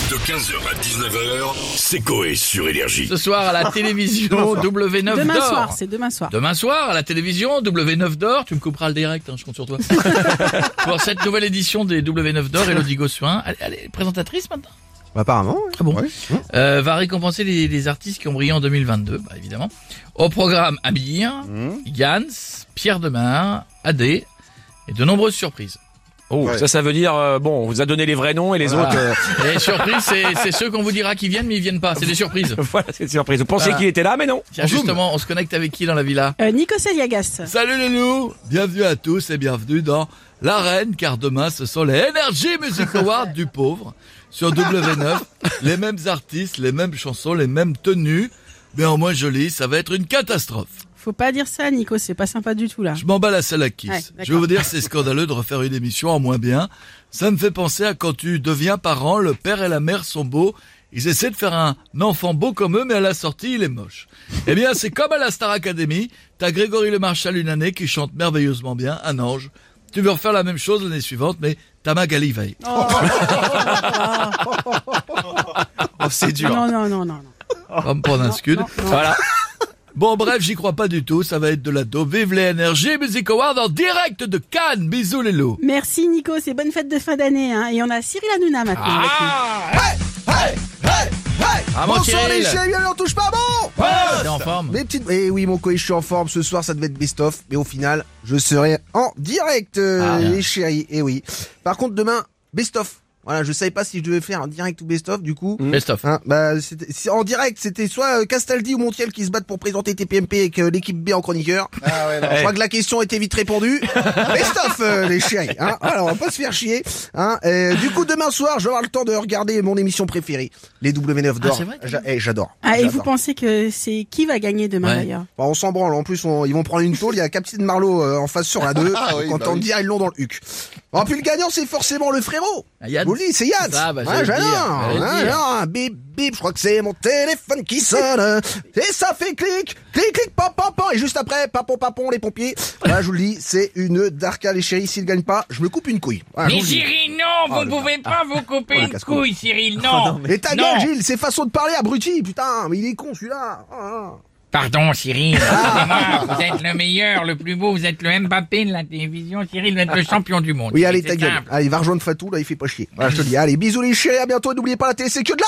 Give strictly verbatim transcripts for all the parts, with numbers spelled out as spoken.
De quinze heures à dix-neuf heures, c'est Coé sur Énergie. Ce soir à la télévision W neuf Demain d'or. soir, c'est demain soir. Demain soir à la télévision W neuf d'or. Tu me couperas le direct, hein, je compte sur toi. Pour cette nouvelle édition des W neuf d'or, Elodie Gossuin, elle, elle est présentatrice maintenant. Bah, apparemment. Ouais. Ah bon Ouais. euh, Va récompenser les, les artistes qui ont brillé en deux mille vingt-deux, bah, évidemment. Au programme Amir, Mmh. Gans, Pierre Demar, Adé et de nombreuses surprises. Oh, Ouais. ça, ça veut dire, euh, bon, on vous a donné les vrais noms et les Voilà. autres, euh, Et les surprises, c'est, c'est ceux qu'on vous dira qu'ils viennent, mais ils viennent pas. C'est des surprises. voilà, c'est une surprise. Vous pensiez Voilà. qu'il était là, mais non. Tiens, justement, on se connecte avec qui dans la villa? Euh, Nico Eliagas. Salut les loups, bienvenue à tous et bienvenue dans l'arène, car demain ce sont les Energy Music Awards du pauvre sur W neuf. Les mêmes artistes, les mêmes chansons, les mêmes tenues, mais en moins joli, ça va être une catastrophe. Faut pas dire ça, Nico, c'est pas sympa du tout là. Je m'en bats la salle à kiss. Ouais, d'accord. Je veux vous dire, c'est scandaleux de refaire une émission en moins bien. Ça me fait penser à quand tu deviens parent, le père et la mère sont beaux. Ils essaient de faire un enfant beau comme eux, mais à la sortie, il est moche. Eh bien, c'est comme à la Star Academy. T'as Grégory Le Marchal une année qui chante merveilleusement bien, un ange. Tu veux refaire la même chose l'année suivante, mais t'as Magali Veil. Oh, c'est dur. Non, non, non, non, non. Va me prendre un scud. Voilà. Bon, bref, j'y crois pas du tout. Ça va être de la dope. Vive les Energy Music Awards en direct de Cannes. Bisous les loups. Merci Nico, c'est bonne fête de fin d'année. Hein. Et on a Cyril Hanouna maintenant. avec nous. Hey, hey, hey. Ah, mon Bonsoir les Cyril. chéris, on touche pas bon. T'es en forme? Mes petites... Eh oui, mon coé, je suis en forme. Ce soir, ça devait être best-of. Mais au final, je serai en direct, euh, Ah, bien. les chéris. Eh oui. Par contre, demain, best-of. Voilà, je savais pas si je devais faire un direct ou best-of, du coup. Best of. Hein, bah, c'était, c'est- en direct, c'était soit euh, Castaldi ou Montiel qui se battent pour présenter T P M P avec euh, l'équipe B en chroniqueur. Ah ouais, Je crois que la question était vite répondue. Best-of, euh, les chéris. Hein. Alors, on va pas se faire chier. Hein. Euh, du coup, demain soir, je vais avoir le temps de regarder mon émission préférée, les W neuf d'or. Ah, c'est vrai, J'a- eh, j'adore. Ah, et J'adore. vous pensez que c'est qui va gagner demain Ouais. d'ailleurs? Bon, on s'en branle. En plus, on- ils vont prendre une tôle. Il y a Captain Marlowe euh, en face sur la deux. Ah oui, Quand bah on oui. dire, ils l'ont dans le huc. Bon, puis le gagnant, c'est forcément le frérot. Ah, Yann. Vous le dites, c'est Yann. Ça, bah, Ouais, j'allais le j'adore. dire, j'allais le Ouais, dire. non, bip, bip, je crois que c'est mon téléphone qui sonne. Et ça fait clic, clic, clic, pam, pam, pam. Et juste après, papon, papon, les pompiers. Voilà, je vous le dis, c'est une darka, les chéris. S'ils gagnent pas, je me coupe une couille. Voilà, je Mais vous le dis. Cyril, non, vous Oh, ne le pouvez pas vous couper Oh, le une casse-cou. couille, Cyril, non. Et ta Non. gueule, Gilles, c'est façon de parler, abruti, putain. Mais il est con, celui-là. Oh, là là. Pardon, Cyril, excusez-moi, vous êtes le meilleur, le plus beau, vous êtes le Mbappé de la télévision, Cyril, vous êtes le champion du monde. Oui, allez, C'est ta gueule. simple. Allez, va rejoindre Fatou, là, il fait pas chier. Voilà, je te le dis. Allez, bisous les chéris, à bientôt. N'oubliez pas la télé, c'est que de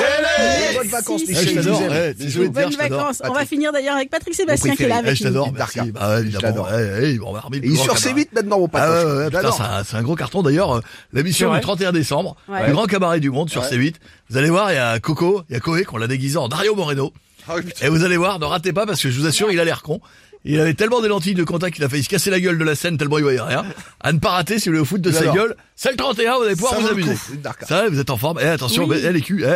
là. Bonnes vacances, les Merci. Eh, chéris. je je t'adore. vous aime. Eh, désolé de dire, Bonnes je t'adore. vacances. On va Patrick. finir d'ailleurs avec Patrick Sébastien qui est là préféré. Eh, avec je nous. t'adore, Darka. merci. Bah, ouais, évidemment. l'adore. Eh, eh, on va remettre Et il grand sort ses cabaret. huit maintenant, mon Ah patoche. ouais, ouais, ouais, putain, J'adore. c'est un, c'est un gros carton. D'ailleurs, euh, l'émission C'est vrai du trente et un décembre, Ouais. le grand cabaret du monde sur C huit. Vous allez voir, il y a Coco, il y a Coé qu'on l'a déguisé en Dario Moreno. Et vous allez voir, ne ratez pas parce que je vous assure, il a l'air con. Il avait tellement des lentilles de contact qu'il a failli se casser la gueule de la scène tellement il voyait rien. À ne pas rater si vous voulez au foot de sa J'adore. gueule. C'est le trente et un, vous allez pouvoir Ça vous vaut le amuser. coup. C'est Darka. Ça, vous êtes en forme. Eh, attention, Oui. eh, les culs, eh,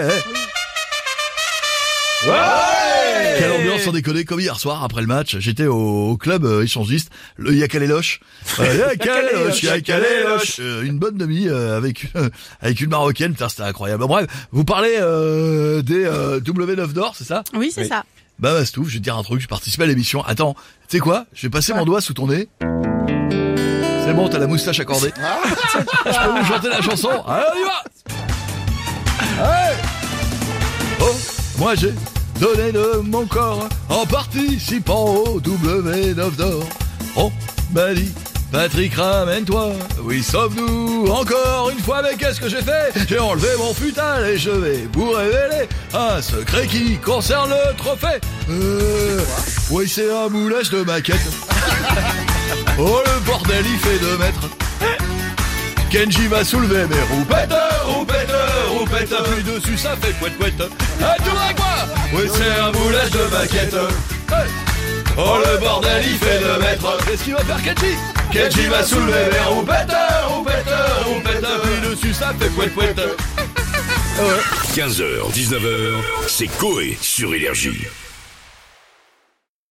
eh. Quelle ambiance sans déconner, comme hier soir après le match, j'étais au, au club euh, échangiste, le Yakaleloche. Euh, Yakaleloche, Yakaleloche. Euh, une bonne demi euh, avec euh, avec une marocaine, putain, c'était incroyable. Bref, vous parlez euh, des euh, W neuf d'or, c'est ça? Oui, c'est ça. Bah Bastouf, je vais te dire un truc, je participais à l'émission. Attends, tu sais quoi? Je vais passer mon doigt sous ton nez. C'est bon, t'as la moustache accordée. Je peux vous chanter la chanson? Allez, on y va! Hey! Oh, moi j'ai donné de mon corps en participant au W neuf d'or. On m'a dit, Patrick, ramène-toi. Oui, sauve-nous encore une fois, mais qu'est-ce que j'ai fait? J'ai enlevé mon futal et je vais vous révéler un secret qui concerne le trophée. Euh, oui, c'est un moulage de maquette. Oh, le bordel, il fait deux mètres. Kenji va soulever mes roupettes, roupettes, roupettes. Appuie dessus, ça fait pouette, pouette. Ah, tout avec moi. Oui, c'est un moulage de maquette. Hey. Oh, le bordel, il fait deux mètres. Qu'est-ce qu'il va faire, Kenji? Kenji va soulever mes roupettes, roupettes, roupettes. Appuie dessus, ça fait pouette, pouette. quinze heures, dix-neuf heures, c'est Coé sur Énergie.